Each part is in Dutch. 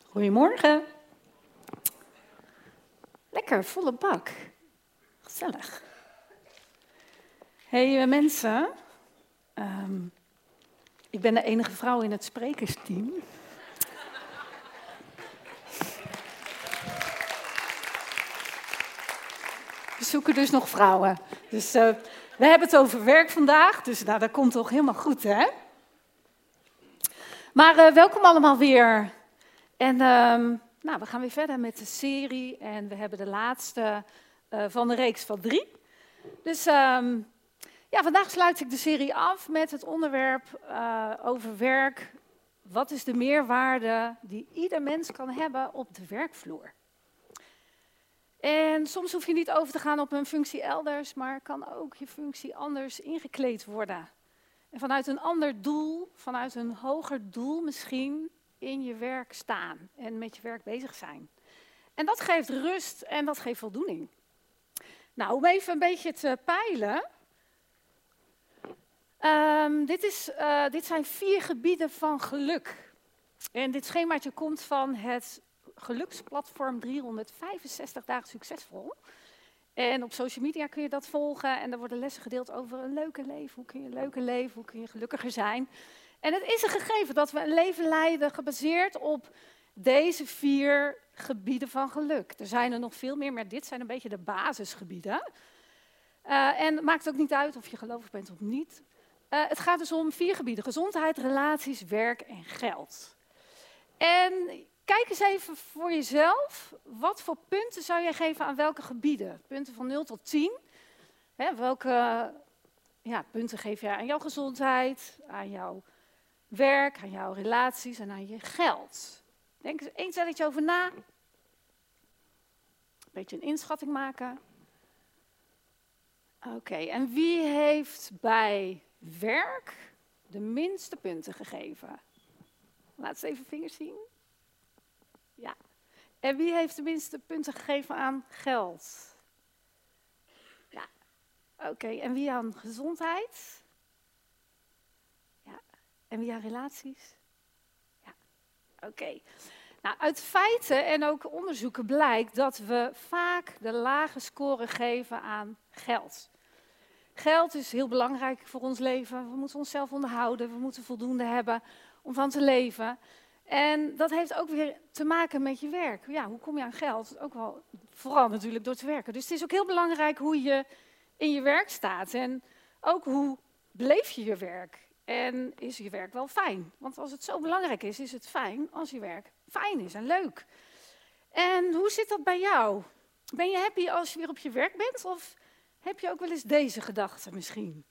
Goedemorgen. Lekker, volle bak. Gezellig. Hey mensen, ik ben de enige vrouw in het sprekersteam. We zoeken dus nog vrouwen. Dus we hebben het over werk vandaag, dus dat komt toch helemaal goed, hè? Maar welkom allemaal weer. En we gaan weer verder met de serie en we hebben de laatste van de reeks van 3. Dus vandaag sluit ik de serie af met het onderwerp over werk. Wat is de meerwaarde die ieder mens kan hebben op de werkvloer? En soms hoef je niet over te gaan op een functie elders, maar kan ook je functie anders ingekleed worden. En vanuit een ander doel, vanuit een hoger doel misschien, in je werk staan en met je werk bezig zijn. En dat geeft rust en dat geeft voldoening. Nou, om even een beetje te peilen. Dit zijn 4 gebieden van geluk. En dit schemaatje komt van het geluksplatform 365 dagen succesvol. En op social media kun je dat volgen en er worden lessen gedeeld over een leuke leven. Hoe kun je leuker leven, hoe kun je gelukkiger zijn. En het is een gegeven dat we een leven leiden gebaseerd op deze 4 gebieden van geluk. Er zijn er nog veel meer, maar dit zijn een beetje de basisgebieden. En het maakt ook niet uit of je gelovig bent of niet. Het gaat dus om 4 gebieden: gezondheid, relaties, werk en geld. En kijk eens even voor jezelf, wat voor punten zou jij geven aan welke gebieden? Punten van 0 tot 10. Welke punten geef jij aan jouw gezondheid, aan jouw werk, aan jouw relaties en aan je geld? Denk eens één stelletje over na. Een beetje een inschatting maken. Oké, en wie heeft bij werk de minste punten gegeven? Laat eens even vingers zien. Ja. En wie heeft de minste punten gegeven aan geld? Ja. Oké, en wie aan gezondheid? Ja. En wie aan relaties? Ja. Oké. Nou, uit feiten en ook onderzoeken blijkt dat we vaak de lage score geven aan geld. Geld is heel belangrijk voor ons leven. We moeten onszelf onderhouden, we moeten voldoende hebben om van te leven. En dat heeft ook weer te maken met je werk. Ja, hoe kom je aan geld? Ook wel, vooral natuurlijk door te werken. Dus het is ook heel belangrijk hoe je in je werk staat. En ook hoe beleef je je werk? En is je werk wel fijn? Want als het zo belangrijk is, is het fijn als je werk fijn is en leuk. En hoe zit dat bij jou? Ben je happy als je weer op je werk bent? Of heb je ook wel eens deze gedachte misschien?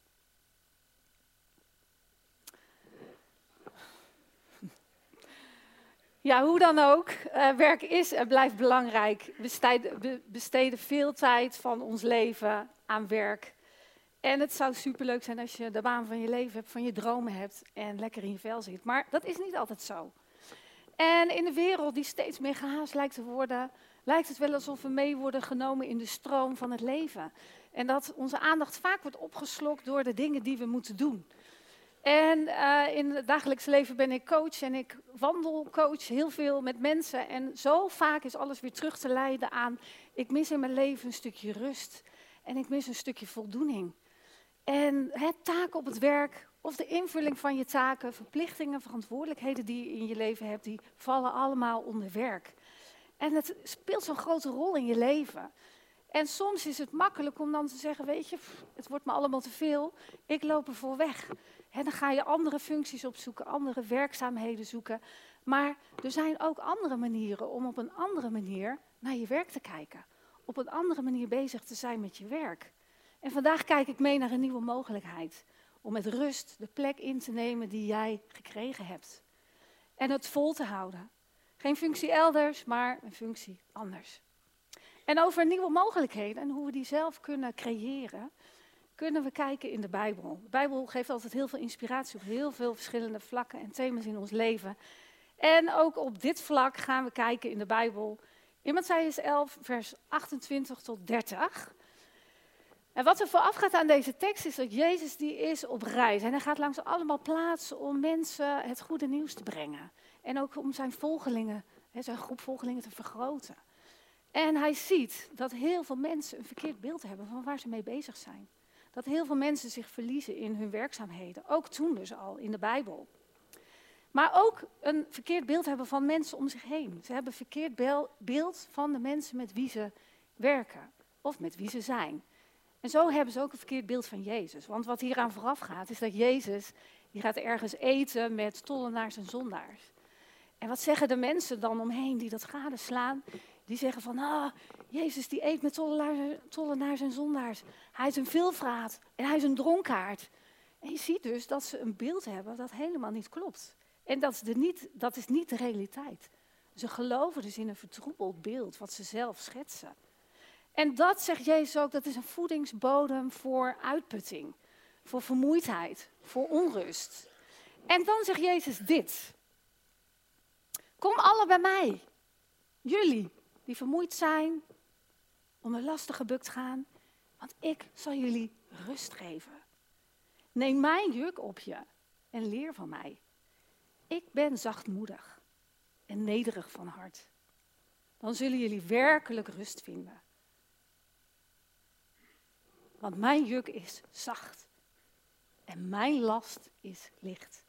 Ja, hoe dan ook. Werk is en blijft belangrijk. We besteden veel tijd van ons leven aan werk. En het zou superleuk zijn als je de baan van je leven hebt, van je dromen hebt en lekker in je vel zit. Maar dat is niet altijd zo. En in de wereld die steeds meer gehaast lijkt te worden, lijkt het wel alsof we mee worden genomen in de stroom van het leven. En dat onze aandacht vaak wordt opgeslokt door de dingen die we moeten doen. En in het dagelijks leven ben ik coach en ik wandelcoach heel veel met mensen. En zo vaak is alles weer terug te leiden aan, ik mis in mijn leven een stukje rust en ik mis een stukje voldoening. En het taken op het werk of de invulling van je taken, verplichtingen, verantwoordelijkheden die je in je leven hebt, die vallen allemaal onder werk. En het speelt zo'n grote rol in je leven. En soms is het makkelijk om dan te zeggen, weet je, het wordt me allemaal te veel, ik loop ervoor weg. En dan ga je andere functies opzoeken, andere werkzaamheden zoeken. Maar er zijn ook andere manieren om op een andere manier naar je werk te kijken. Op een andere manier bezig te zijn met je werk. En vandaag kijk ik mee naar een nieuwe mogelijkheid. Om met rust de plek in te nemen die jij gekregen hebt. En het vol te houden. Geen functie elders, maar een functie anders. En over nieuwe mogelijkheden en hoe we die zelf kunnen creëren, kunnen we kijken in de Bijbel. De Bijbel geeft altijd heel veel inspiratie op heel veel verschillende vlakken en thema's in ons leven. En ook op dit vlak gaan we kijken in de Bijbel in Mattheüs 11, vers 28 tot 30. En wat er vooraf gaat aan deze tekst is dat Jezus die is op reis. En hij gaat langs allemaal plaatsen om mensen het goede nieuws te brengen. En ook om zijn volgelingen zijn groep volgelingen te vergroten. En hij ziet dat heel veel mensen een verkeerd beeld hebben van waar ze mee bezig zijn. Dat heel veel mensen zich verliezen in hun werkzaamheden. Ook toen dus al in de Bijbel. Maar ook een verkeerd beeld hebben van mensen om zich heen. Ze hebben een verkeerd beeld van de mensen met wie ze werken. Of met wie ze zijn. En zo hebben ze ook een verkeerd beeld van Jezus. Want wat hieraan vooraf gaat, is dat Jezus, die gaat ergens eten met tollenaars en zondaars. En wat zeggen de mensen dan omheen die dat gadeslaan? Die zeggen van, Jezus die eet met tollenaars en zondaars. Hij is een veelvraat en hij is een dronkaard. En je ziet dus dat ze een beeld hebben dat helemaal niet klopt. En dat is niet de realiteit. Ze geloven dus in een vertroebeld beeld wat ze zelf schetsen. En dat, zegt Jezus ook, dat is een voedingsbodem voor uitputting. Voor vermoeidheid, voor onrust. En dan zegt Jezus dit. Kom alle bij mij. Jullie die vermoeid zijn, onder lasten gebukt gaan. Want ik zal jullie rust geven. Neem mijn juk op je en leer van mij. Ik ben zachtmoedig en nederig van hart. Dan zullen jullie werkelijk rust vinden. Want mijn juk is zacht en mijn last is licht.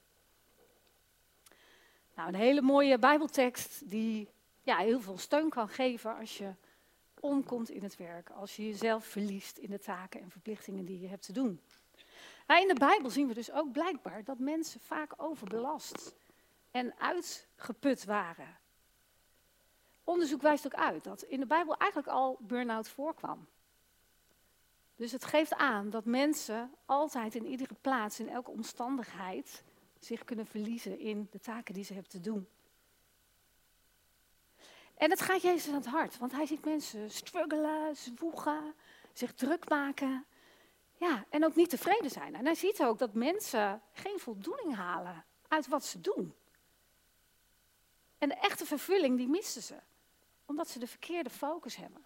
Nou, een hele mooie Bijbeltekst die heel veel steun kan geven als je omkomt in het werk. Als je jezelf verliest in de taken en verplichtingen die je hebt te doen. Maar in de Bijbel zien we dus ook blijkbaar dat mensen vaak overbelast en uitgeput waren. Onderzoek wijst ook uit dat in de Bijbel eigenlijk al burn-out voorkwam. Dus het geeft aan dat mensen altijd in iedere plaats, in elke omstandigheid, zich kunnen verliezen in de taken die ze hebben te doen. En het gaat Jezus aan het hart, want hij ziet mensen struggelen, zwoegen, zich druk maken. Ja, en ook niet tevreden zijn. En hij ziet ook dat mensen geen voldoening halen uit wat ze doen. En de echte vervulling, die missen ze. Omdat ze de verkeerde focus hebben.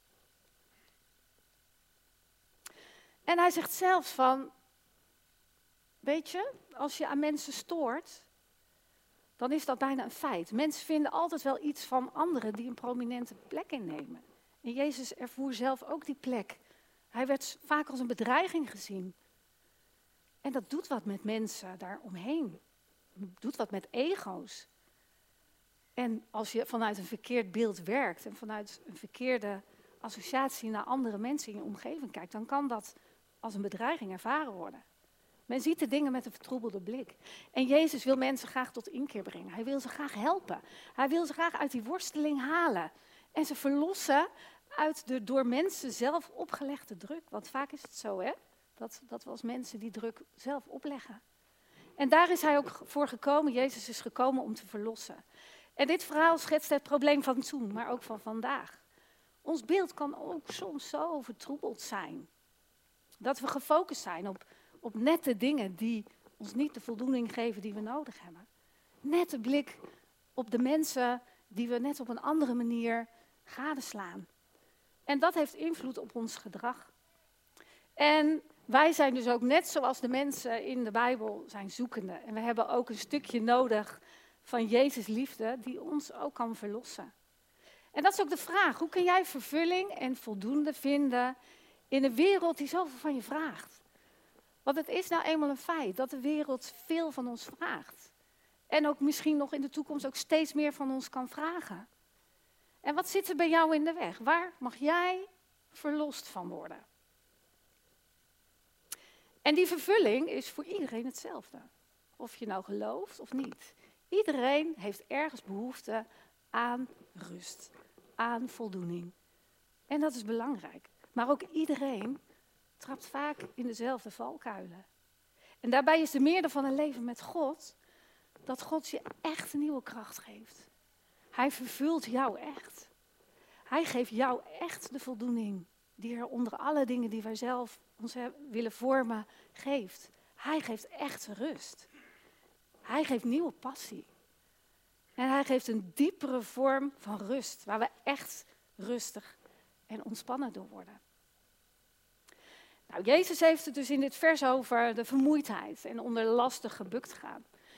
En hij zegt zelfs van, weet je, als je aan mensen stoort, dan is dat bijna een feit. Mensen vinden altijd wel iets van anderen die een prominente plek innemen. En Jezus ervoer zelf ook die plek. Hij werd vaak als een bedreiging gezien. En dat doet wat met mensen daaromheen. Het doet wat met ego's. En als je vanuit een verkeerd beeld werkt en vanuit een verkeerde associatie naar andere mensen in je omgeving kijkt, dan kan dat als een bedreiging ervaren worden. Men ziet de dingen met een vertroebelde blik. En Jezus wil mensen graag tot inkeer brengen. Hij wil ze graag helpen. Hij wil ze graag uit die worsteling halen. En ze verlossen uit de door mensen zelf opgelegde druk. Want vaak is het zo, hè? Dat we als mensen die druk zelf opleggen. En daar is hij ook voor gekomen. Jezus is gekomen om te verlossen. En dit verhaal schetst het probleem van toen, maar ook van vandaag. Ons beeld kan ook soms zo vertroebeld zijn. Dat we gefocust zijn op nette dingen die ons niet de voldoening geven die we nodig hebben. Nette blik op de mensen die we net op een andere manier gadeslaan. En dat heeft invloed op ons gedrag. En wij zijn dus ook net zoals de mensen in de Bijbel zijn zoekende. En we hebben ook een stukje nodig van Jezus' liefde die ons ook kan verlossen. En dat is ook de vraag, hoe kun jij vervulling en voldoende vinden in een wereld die zoveel van je vraagt? Want het is nou eenmaal een feit dat de wereld veel van ons vraagt. En ook misschien nog in de toekomst ook steeds meer van ons kan vragen. En wat zit er bij jou in de weg? Waar mag jij verlost van worden? En die vervulling is voor iedereen hetzelfde. Of je nou gelooft of niet. Iedereen heeft ergens behoefte aan rust, aan voldoening. En dat is belangrijk. Maar ook iedereen trapt vaak in dezelfde valkuilen. En daarbij is de meerder van een leven met God, dat God je echt een nieuwe kracht geeft. Hij vervult jou echt. Hij geeft jou echt de voldoening die er onder alle dingen die wij zelf ons willen vormen geeft. Hij geeft echt rust. Hij geeft nieuwe passie. En hij geeft een diepere vorm van rust, waar we echt rustig en ontspannen door worden. Nou, Jezus heeft het dus in dit vers over de vermoeidheid en onder lasten gebukt gaan.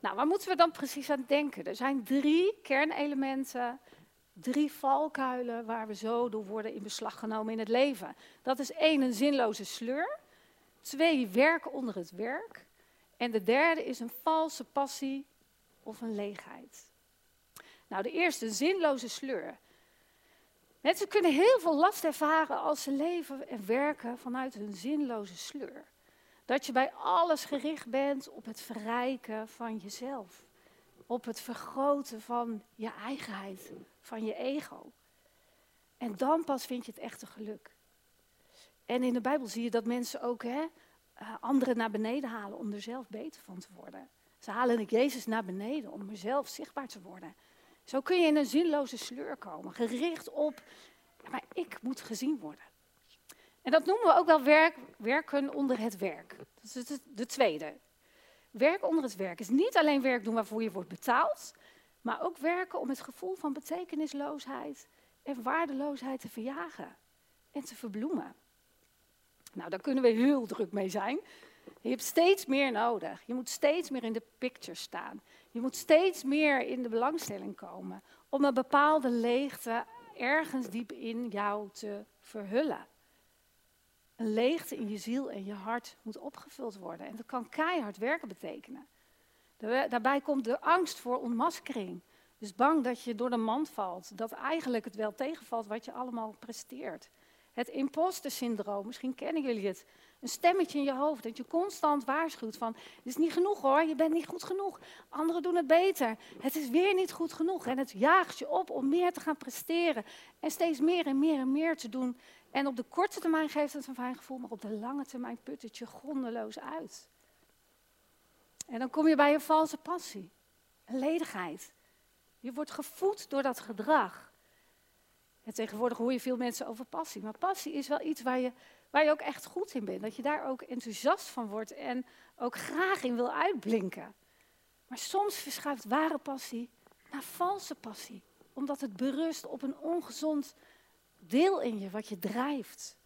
Nou, waar moeten we dan precies aan denken? Er zijn 3 kernelementen, 3 valkuilen waar we zo door worden in beslag genomen in het leven. Dat is 1, een zinloze sleur. 2, werk onder het werk. En de derde is een valse passie of een leegheid. Nou, de eerste, zinloze sleur. Mensen kunnen heel veel last ervaren als ze leven en werken vanuit een zinloze sleur. Dat je bij alles gericht bent op het verrijken van jezelf. Op het vergroten van je eigenheid, van je ego. En dan pas vind je het echte geluk. En in de Bijbel zie je dat mensen ook anderen naar beneden halen om er zelf beter van te worden. Ze halen Jezus naar beneden om er zelf zichtbaar te worden. Zo kun je in een zinloze sleur komen, gericht op, maar ik moet gezien worden. En dat noemen we ook wel werken onder het werk. Dat is de tweede. Werk onder het werk is niet alleen werk doen waarvoor je wordt betaald, maar ook werken om het gevoel van betekenisloosheid en waardeloosheid te verjagen en te verbloemen. Nou, daar kunnen we heel druk mee zijn. Je hebt steeds meer nodig. Je moet steeds meer in de picture staan. Je moet steeds meer in de belangstelling komen om een bepaalde leegte ergens diep in jou te verhullen. Een leegte in je ziel en je hart moet opgevuld worden. En dat kan keihard werken betekenen. Daarbij komt de angst voor ontmaskering. Dus bang dat je door de mand valt. Dat eigenlijk het wel tegenvalt wat je allemaal presteert. Het imposter-syndroom, misschien kennen jullie het. Een stemmetje in je hoofd dat je constant waarschuwt van, het is niet genoeg hoor, je bent niet goed genoeg. Anderen doen het beter. Het is weer niet goed genoeg. En het jaagt je op om meer te gaan presteren. En steeds meer en meer en meer te doen. En op de korte termijn geeft het een fijn gevoel, maar op de lange termijn put het je grondeloos uit. En dan kom je bij een valse passie. Een ledigheid. Je wordt gevoed door dat gedrag. En tegenwoordig hoor je veel mensen over passie. Maar passie is wel iets waar je ook echt goed in bent. Dat je daar ook enthousiast van wordt en ook graag in wil uitblinken. Maar soms verschuift ware passie naar valse passie. Omdat het berust op een ongezond deel in je wat je drijft.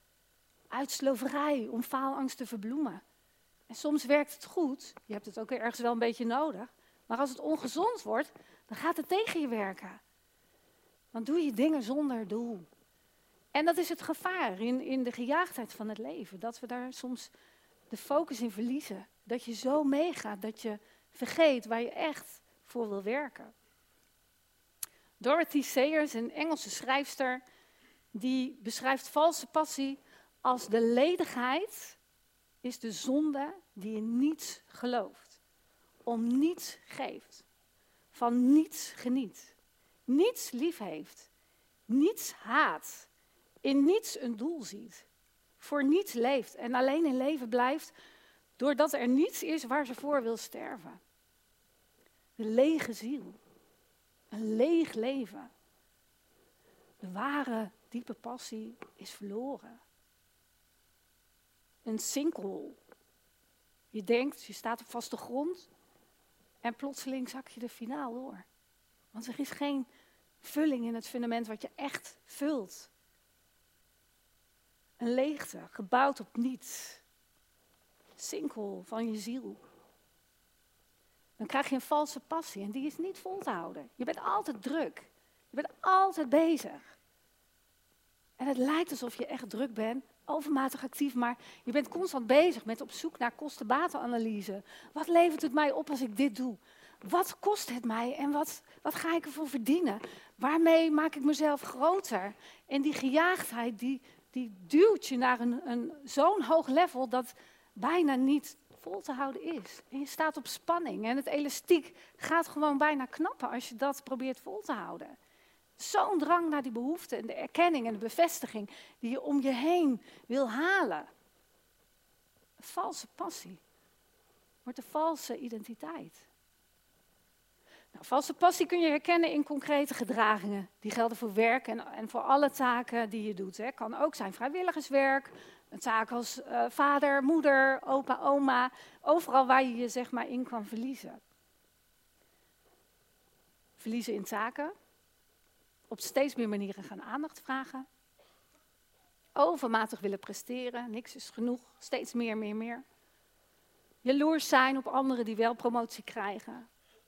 Uitsloverij om faalangst te verbloemen. En soms werkt het goed. Je hebt het ook ergens wel een beetje nodig. Maar als het ongezond wordt, dan gaat het tegen je werken. Dan doe je dingen zonder doel. En dat is het gevaar in de gejaagdheid van het leven. Dat we daar soms de focus in verliezen. Dat je zo meegaat dat je vergeet waar je echt voor wil werken. Dorothy Sayers, een Engelse schrijfster, die beschrijft valse passie als de ledigheid is de zonde die in niets gelooft. Om niets geeft. Van niets geniet. Niets lief heeft. Niets haat. In niets een doel ziet. Voor niets leeft en alleen in leven blijft doordat er niets is waar ze voor wil sterven. De lege ziel. Een leeg leven. De ware diepe passie is verloren. Een sinkhole. Je denkt, je staat op vaste grond en plotseling zak je er finaal door. Want er is geen vulling in het fundament wat je echt vult. Een leegte, gebouwd op niets. Sinkhole van je ziel. Dan krijg je een valse passie en die is niet vol te houden. Je bent altijd druk. Je bent altijd bezig. En het lijkt alsof je echt druk bent, overmatig actief, maar je bent constant bezig met op zoek naar kosten-batenanalyse. Wat levert het mij op als ik dit doe? Wat kost het mij en wat ga ik ervoor verdienen? Waarmee maak ik mezelf groter? En die gejaagdheid, die duwt je naar zo'n hoog level dat bijna niet vol te houden is. En je staat op spanning en het elastiek gaat gewoon bijna knappen als je dat probeert vol te houden. Zo'n drang naar die behoefte en de erkenning en de bevestiging die je om je heen wil halen. Een valse passie wordt een valse identiteit. Nou, valse passie kun je herkennen in concrete gedragingen. Die gelden voor werk en voor alle taken die je doet. Het kan ook zijn vrijwilligerswerk, een taak als vader, moeder, opa, oma. Overal waar je je zeg maar in kan verliezen. Verliezen in taken. Op steeds meer manieren gaan aandacht vragen. Overmatig willen presteren, niks is genoeg, steeds meer. Jaloers zijn op anderen die wel promotie krijgen.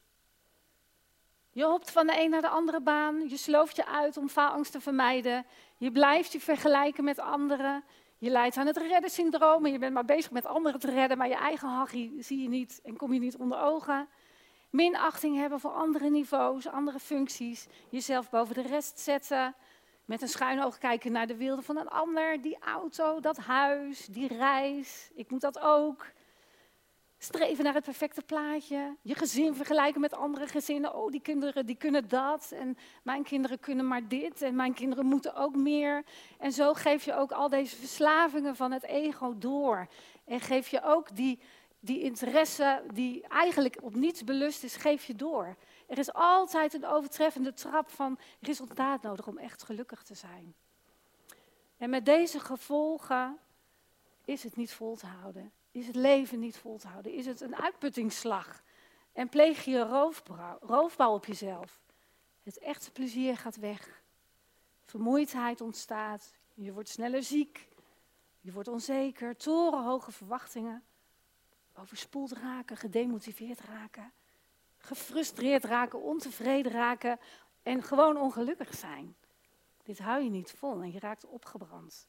Je hopt van de een naar de andere baan. Je slooft je uit om faalangst te vermijden. Je blijft je vergelijken met anderen. Je lijdt aan het reddensyndroom en je bent maar bezig met anderen te redden, maar je eigen hachie zie je niet en kom je niet onder ogen. Minachting hebben voor andere niveaus, andere functies. Jezelf boven de rest zetten. Met een schuin oog kijken naar de wereld van een ander. Die auto, dat huis, die reis. Ik moet dat ook. Streven naar het perfecte plaatje. Je gezin vergelijken met andere gezinnen. Oh, die kinderen die kunnen dat. En mijn kinderen kunnen maar dit. En mijn kinderen moeten ook meer. En zo geef je ook al deze verslavingen van het ego door. En geef je ook die interesse die eigenlijk op niets belust is, geef je door. Er is altijd een overtreffende trap van resultaat nodig om echt gelukkig te zijn. En met deze gevolgen is het niet vol te houden. Is het leven niet vol te houden? Is het een uitputtingsslag? En pleeg je roofbouw op jezelf? Het echte plezier gaat weg. Vermoeidheid ontstaat. Je wordt sneller ziek. Je wordt onzeker. Torenhoge verwachtingen. Overspoeld raken, gedemotiveerd raken. Gefrustreerd raken, ontevreden raken. En gewoon ongelukkig zijn. Dit hou je niet vol en je raakt opgebrand.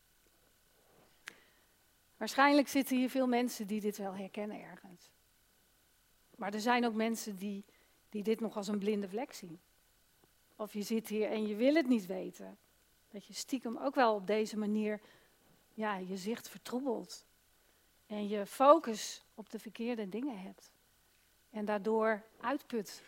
Waarschijnlijk zitten hier veel mensen die dit wel herkennen ergens. Maar er zijn ook mensen die dit nog als een blinde vlek zien. Of je zit hier en je wil het niet weten. Dat je stiekem ook wel op deze manier je zicht vertroebelt. En je focus op de verkeerde dingen hebt. En daardoor uitput.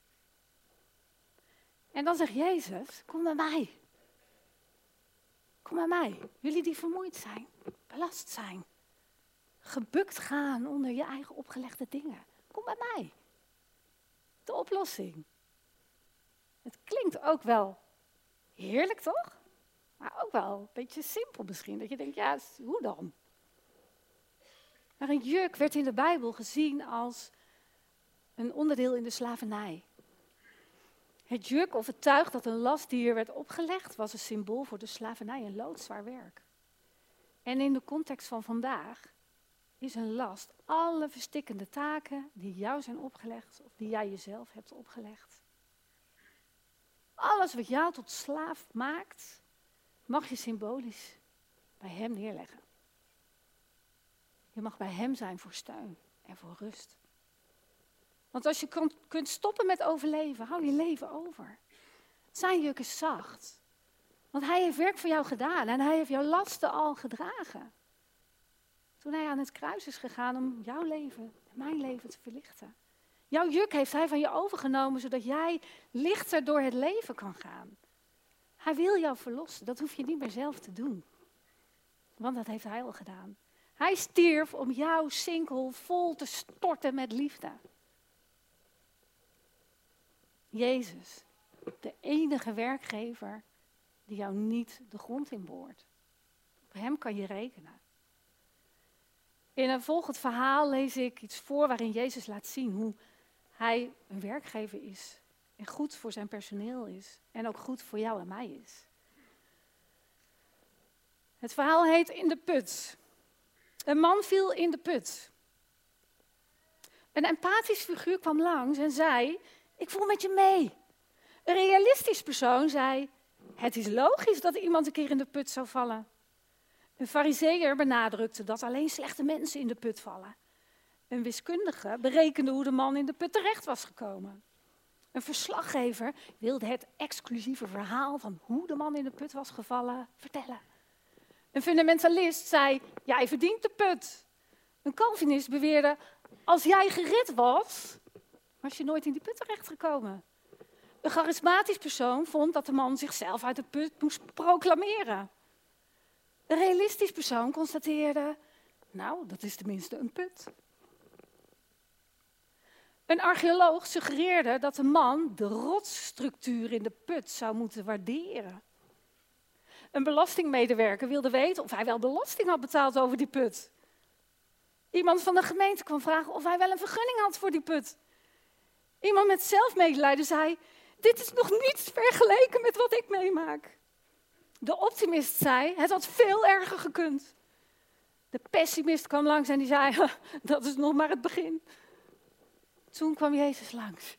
En dan zegt Jezus, kom bij mij. Kom bij mij. Jullie die vermoeid zijn, belast zijn. Gebukt gaan onder je eigen opgelegde dingen. Kom bij mij. De oplossing. Het klinkt ook wel heerlijk, toch? Maar ook wel een beetje simpel misschien. Dat je denkt, hoe dan? Maar een juk werd in de Bijbel gezien als een onderdeel in de slavernij. Het juk of het tuig dat een lastdier werd opgelegd was een symbool voor de slavernij en loodzwaar werk. En in de context van vandaag is een last alle verstikkende taken die jou zijn opgelegd of die jij jezelf hebt opgelegd. Alles wat jou tot slaaf maakt, mag je symbolisch bij hem neerleggen. Je mag bij hem zijn voor steun en voor rust. Want als je kunt stoppen met overleven, hou je leven over. Zijn juk is zacht. Want hij heeft werk voor jou gedaan en hij heeft jouw lasten al gedragen. Toen hij aan het kruis is gegaan om jouw leven en mijn leven te verlichten. Jouw juk heeft hij van je overgenomen, zodat jij lichter door het leven kan gaan. Hij wil jou verlossen, dat hoef je niet meer zelf te doen. Want dat heeft hij al gedaan. Hij stierf om jouw sinkhol vol te storten met liefde. Jezus, de enige werkgever die jou niet de grond inboort. Op hem kan je rekenen. In een volgend verhaal lees ik iets voor waarin Jezus laat zien hoe hij een werkgever is. En goed voor zijn personeel is. En ook goed voor jou en mij is. Het verhaal heet In de put. Een man viel in de put. Een empathisch figuur kwam langs en zei, ik voel met je mee. Een realistisch persoon zei, het is logisch dat iemand een keer in de put zou vallen. Een farizeeër benadrukte dat alleen slechte mensen in de put vallen. Een wiskundige berekende hoe de man in de put terecht was gekomen. Een verslaggever wilde het exclusieve verhaal van hoe de man in de put was gevallen vertellen. Een fundamentalist zei, jij verdient de put. Een Calvinist beweerde, als jij gered was je nooit in die put terechtgekomen. Een charismatisch persoon vond dat de man zichzelf uit de put moest proclameren. Een realistisch persoon constateerde, dat is tenminste een put. Een archeoloog suggereerde dat de man de rotsstructuur in de put zou moeten waarderen. Een belastingmedewerker wilde weten of hij wel belasting had betaald over die put. Iemand van de gemeente kwam vragen of hij wel een vergunning had voor die put. Iemand met zelfmedelijden zei, dit is nog niets vergeleken met wat ik meemaak. De optimist zei, het had veel erger gekund. De pessimist kwam langs en die zei, dat is nog maar het begin. Toen kwam Jezus langs.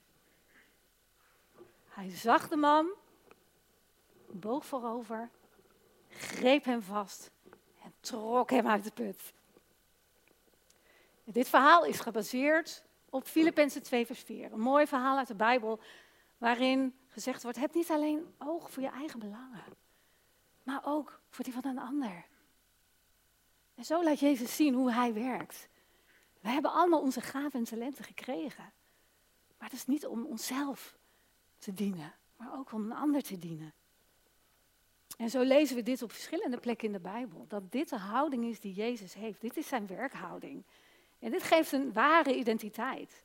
Hij zag de man, boog voorover, greep hem vast en trok hem uit de put. En dit verhaal is gebaseerd op Filippenzen 2 vers 4. Een mooi verhaal uit de Bijbel waarin gezegd wordt, heb niet alleen oog voor je eigen belangen, maar ook voor die van een ander. En zo laat Jezus zien hoe hij werkt. We hebben allemaal onze gaven en talenten gekregen. Maar het is niet om onszelf te dienen, maar ook om een ander te dienen. En zo lezen we dit op verschillende plekken in de Bijbel. Dat dit de houding is die Jezus heeft. Dit is zijn werkhouding. En dit geeft een ware identiteit.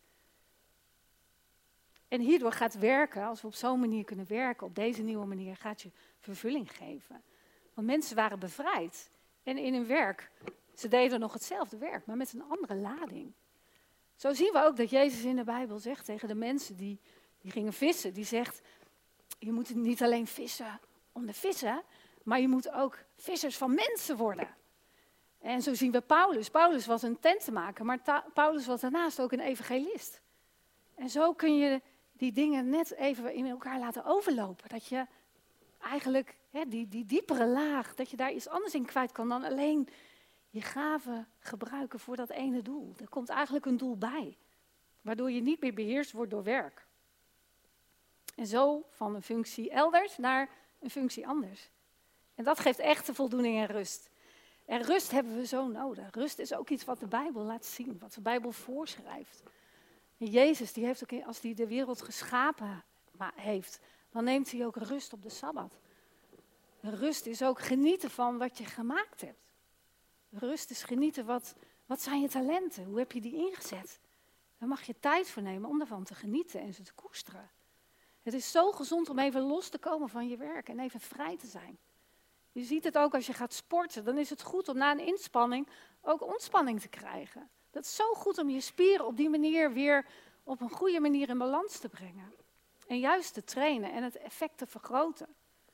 En hierdoor gaat werken, als we op zo'n manier kunnen werken, op deze nieuwe manier, gaat je vervulling geven. Want mensen waren bevrijd. En in hun werk, ze deden nog hetzelfde werk, maar met een andere lading. Zo zien we ook dat Jezus in de Bijbel zegt tegen de mensen die gingen vissen. Die zegt, je moet niet alleen vissen om de vissen, maar je moet ook vissers van mensen worden. En zo zien we Paulus. Paulus was een tentenmaker, maar Paulus was daarnaast ook een evangelist. En zo kun je die dingen net even in elkaar laten overlopen. Dat je eigenlijk die diepere laag, dat je daar iets anders in kwijt kan dan alleen je gaven gebruiken voor dat ene doel. Er komt eigenlijk een doel bij, waardoor je niet meer beheerst wordt door werk. En zo van een functie elders naar een functie anders. En dat geeft echte voldoening en rust. En rust hebben we zo nodig. Rust is ook iets wat de Bijbel laat zien, wat de Bijbel voorschrijft. En Jezus, die heeft ook, als hij de wereld geschapen heeft, dan neemt hij ook rust op de Sabbat. Rust is ook genieten van wat je gemaakt hebt. Rust is genieten, wat zijn je talenten? Hoe heb je die ingezet? Daar mag je tijd voor nemen om ervan te genieten en ze te koesteren. Het is zo gezond om even los te komen van je werk en even vrij te zijn. Je ziet het ook als je gaat sporten. Dan is het goed om na een inspanning ook ontspanning te krijgen. Dat is zo goed om je spieren op die manier weer op een goede manier in balans te brengen. En juist te trainen en het effect te vergroten.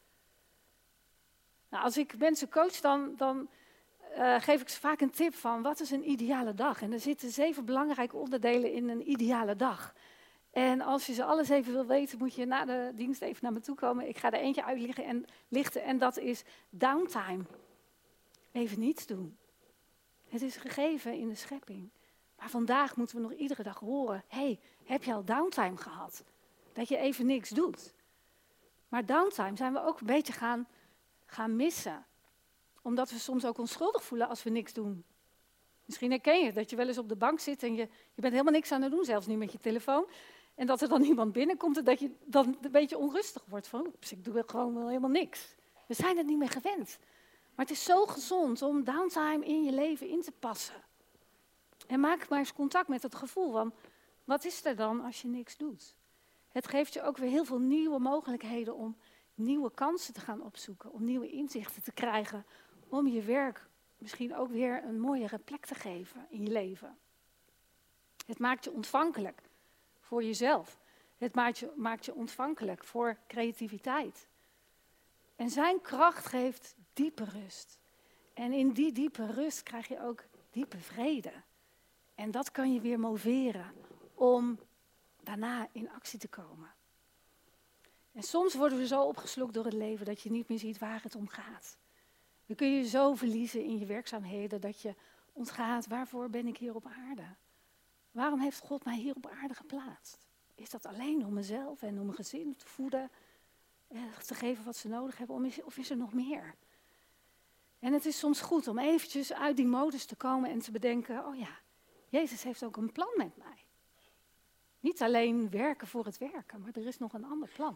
Nou, als ik mensen coach, dan geef ik ze vaak een tip van wat is een ideale dag. En er zitten 7 belangrijke onderdelen in een ideale dag. En als je ze alles even wil weten, moet je na de dienst even naar me toe komen. Ik ga er eentje uitlichten en dat is downtime. Even niets doen. Het is gegeven in de schepping. Maar vandaag moeten we nog iedere dag horen, hey, heb je al downtime gehad? Dat je even niks doet. Maar downtime zijn we ook een beetje gaan missen. Omdat we soms ook ons schuldig voelen als we niks doen. Misschien herken je dat je wel eens op de bank zit en je bent helemaal niks aan het doen, zelfs niet met je telefoon. En dat er dan iemand binnenkomt en dat je dan een beetje onrustig wordt van, oeps, ik doe gewoon wel helemaal niks. We zijn het niet meer gewend. Maar het is zo gezond om downtime in je leven in te passen. En maak maar eens contact met het gevoel van, wat is er dan als je niks doet? Het geeft je ook weer heel veel nieuwe mogelijkheden om nieuwe kansen te gaan opzoeken. Om nieuwe inzichten te krijgen. Om je werk misschien ook weer een mooiere plek te geven in je leven. Het maakt je ontvankelijk voor jezelf. Het maakt je ontvankelijk voor creativiteit. En zijn kracht geeft diepe rust. En in die diepe rust krijg je ook diepe vrede. En dat kan je weer moveren om daarna in actie te komen. En soms worden we zo opgeslokt door het leven dat je niet meer ziet waar het om gaat. Dan kun je je zo verliezen in je werkzaamheden dat je ontgaat, waarvoor ben ik hier op aarde? Waarom heeft God mij hier op aarde geplaatst? Is dat alleen om mezelf en om mijn gezin te voeden, te geven wat ze nodig hebben, of is er nog meer? En het is soms goed om eventjes uit die modus te komen en te bedenken, oh ja, Jezus heeft ook een plan met mij. Niet alleen werken voor het werken, maar er is nog een ander plan.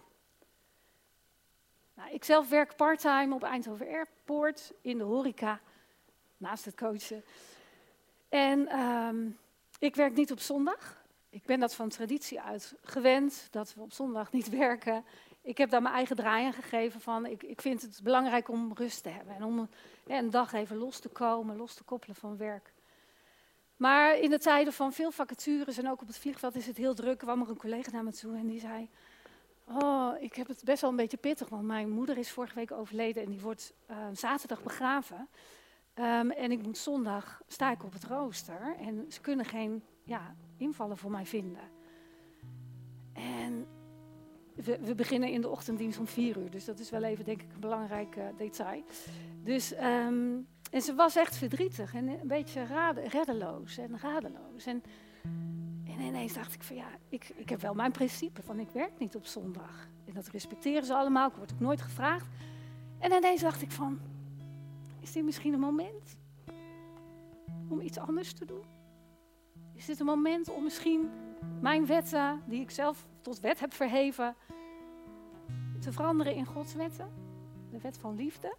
Nou, ik zelf werk parttime op Eindhoven Airport in de horeca, naast het coachen. En ik werk niet op zondag. Ik ben dat van traditie uit gewend, dat we op zondag niet werken. Ik heb daar mijn eigen draai aan gegeven van, ik vind het belangrijk om rust te hebben. En om een dag even los te komen, los te koppelen van werk. Maar in de tijden van veel vacatures en ook op het vliegveld is het heel druk. Kwam er een collega naar me toe en die zei, oh, ik heb het best wel een beetje pittig, want mijn moeder is vorige week overleden en die wordt zaterdag begraven. En ik moet zondag, sta ik op het rooster en ze kunnen geen invallen voor mij vinden. En we beginnen in de ochtenddienst om 4:00, dus dat is wel even denk ik een belangrijk detail. Dus, en ze was echt verdrietig en een beetje reddeloos en radeloos. En ineens dacht ik van ik heb wel mijn principe van ik werk niet op zondag. En dat respecteren ze allemaal, ik word ook nooit gevraagd. En ineens dacht ik van, is dit misschien een moment om iets anders te doen? Is dit een moment om misschien mijn wetten, die ik zelf tot wet heb verheven, te veranderen in Gods wetten? De wet van liefde.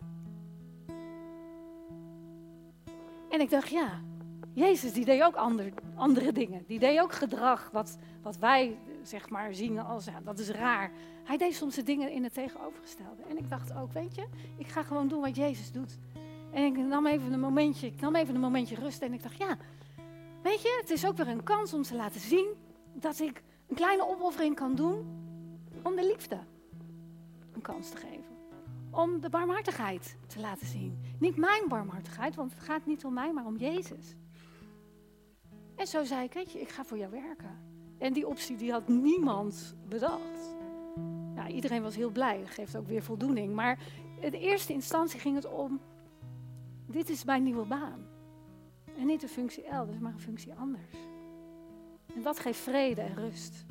En ik dacht, Jezus die deed ook andere dingen. Die deed ook gedrag wat wij zeg maar zien als, dat is raar. Hij deed soms de dingen in het tegenovergestelde. En ik dacht ook, weet je, ik ga gewoon doen wat Jezus doet. En ik nam even een momentje rust en ik dacht, weet je, het is ook weer een kans om te laten zien dat ik een kleine opoffering kan doen om de liefde een kans te geven. Om de barmhartigheid te laten zien. Niet mijn barmhartigheid, want het gaat niet om mij, maar om Jezus. En zo zei ik, weet je, ik ga voor jou werken. En die optie die had niemand bedacht. Ja, iedereen was heel blij, dat geeft ook weer voldoening. Maar in de eerste instantie ging het om, dit is mijn nieuwe baan. En niet een functie elders, maar een functie anders. En dat geeft vrede en rust.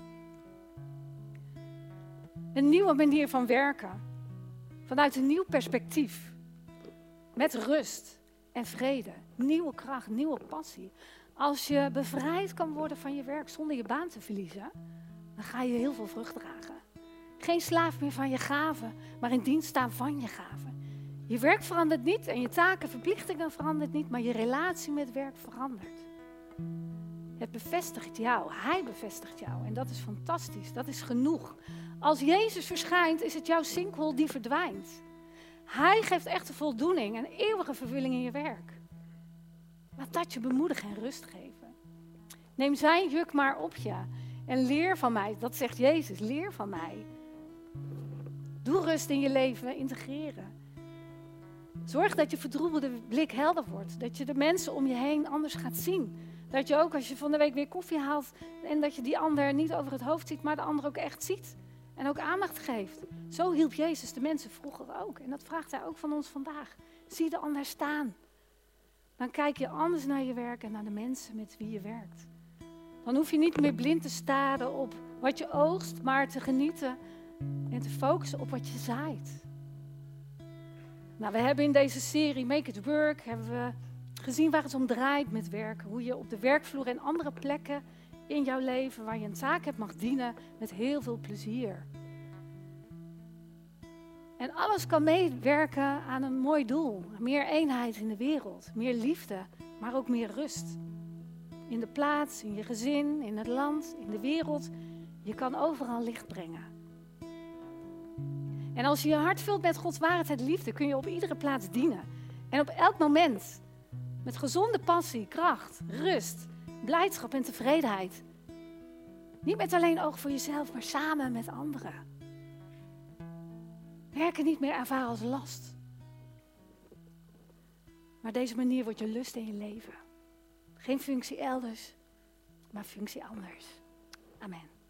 Een nieuwe manier van werken. Vanuit een nieuw perspectief. Met rust en vrede. Nieuwe kracht, nieuwe passie. Als je bevrijd kan worden van je werk zonder je baan te verliezen, dan ga je heel veel vrucht dragen. Geen slaaf meer van je gaven, maar in dienst staan van je gaven. Je werk verandert niet en je taken, verplichtingen verandert niet, maar je relatie met werk verandert. Het bevestigt jou, hij bevestigt jou en dat is fantastisch, dat is genoeg. Als Jezus verschijnt is het jouw sinkhole die verdwijnt. Hij geeft echte voldoening en eeuwige vervulling in je werk. Laat dat je bemoedigen en rust geven. Neem zijn juk maar op je en leer van mij, dat zegt Jezus, leer van mij. Doe rust in je leven integreren. Zorg dat je verdroebelde blik helder wordt. Dat je de mensen om je heen anders gaat zien. Dat je ook als je van de week weer koffie haalt en dat je die ander niet over het hoofd ziet, maar de ander ook echt ziet. En ook aandacht geeft. Zo hielp Jezus de mensen vroeger ook. En dat vraagt hij ook van ons vandaag. Zie de ander staan. Dan kijk je anders naar je werk en naar de mensen met wie je werkt. Dan hoef je niet meer blind te staren op wat je oogst, maar te genieten en te focussen op wat je zaait. Nou, we hebben in deze serie Make It Work hebben we gezien waar het om draait met werken. Hoe je op de werkvloer en andere plekken in jouw leven waar je een taak hebt mag dienen met heel veel plezier. En alles kan meewerken aan een mooi doel. Meer eenheid in de wereld, meer liefde, maar ook meer rust. In de plaats, in je gezin, in het land, in de wereld. Je kan overal licht brengen. En als je je hart vult met Gods waarheid en liefde, kun je op iedere plaats dienen. En op elk moment. Met gezonde passie, kracht, rust, blijdschap en tevredenheid. Niet met alleen oog voor jezelf, maar samen met anderen. Werken niet meer ervaren als last. Maar deze manier wordt je lust in je leven. Geen functie elders, maar functie anders. Amen.